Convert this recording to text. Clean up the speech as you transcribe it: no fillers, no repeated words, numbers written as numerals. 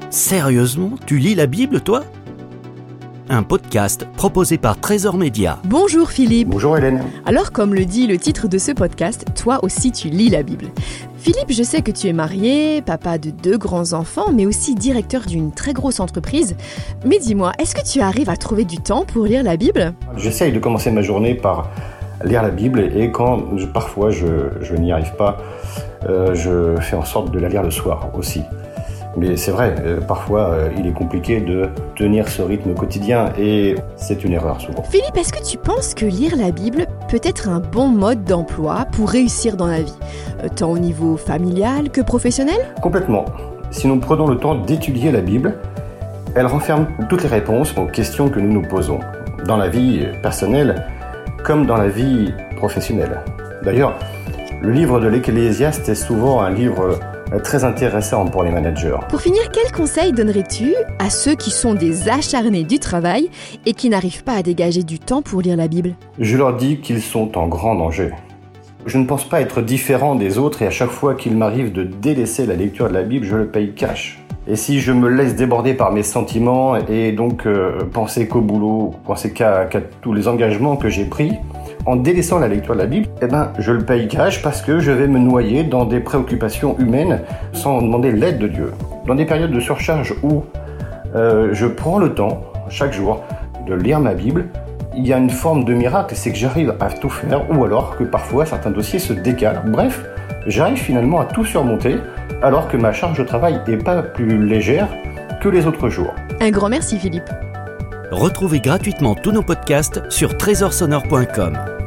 Sérieusement, tu lis la Bible, toi ? Un podcast proposé par Trésor Média. Bonjour Philippe. Bonjour Hélène. Alors comme le dit le titre de ce podcast, toi aussi tu lis la Bible. Philippe, je sais que tu es marié, papa de 2 grands-enfants, mais aussi directeur d'une très grosse entreprise. Mais dis-moi, est-ce que tu arrives à trouver du temps pour lire la Bible ? J'essaye de commencer ma journée par lire la Bible et quand parfois je n'y arrive pas, je fais en sorte de la lire le soir aussi. Mais c'est vrai, parfois il est compliqué de tenir ce rythme quotidien et c'est une erreur souvent. Philippe, est-ce que tu penses que lire la Bible peut être un bon mode d'emploi pour réussir dans la vie, tant au niveau familial que professionnel ? Complètement. Si nous prenons le temps d'étudier la Bible, elle renferme toutes les réponses aux questions que nous nous posons, dans la vie personnelle comme dans la vie professionnelle. D'ailleurs, le livre de l'Ecclésiaste est souvent un livre très intéressant pour les managers. Pour finir, quel conseil donnerais-tu à ceux qui sont des acharnés du travail et qui n'arrivent pas à dégager du temps pour lire la Bible ? Je leur dis qu'ils sont en grand danger. Je ne pense pas être différent des autres et à chaque fois qu'il m'arrive de délaisser la lecture de la Bible, je le paye cash. Et si je me laisse déborder par mes sentiments et donc penser qu'au boulot, penser qu'à tous les engagements que j'ai pris, en délaissant la lecture de la Bible, je le paye cash parce que je vais me noyer dans des préoccupations humaines sans demander l'aide de Dieu. Dans des périodes de surcharge où je prends le temps, chaque jour, de lire ma Bible, il y a une forme de miracle, c'est que j'arrive à tout faire ou alors que parfois certains dossiers se décalent. Bref, j'arrive finalement à tout surmonter alors que ma charge de travail n'est pas plus légère que les autres jours. Un grand merci Philippe. Retrouvez gratuitement tous nos podcasts sur trésorsonore.com.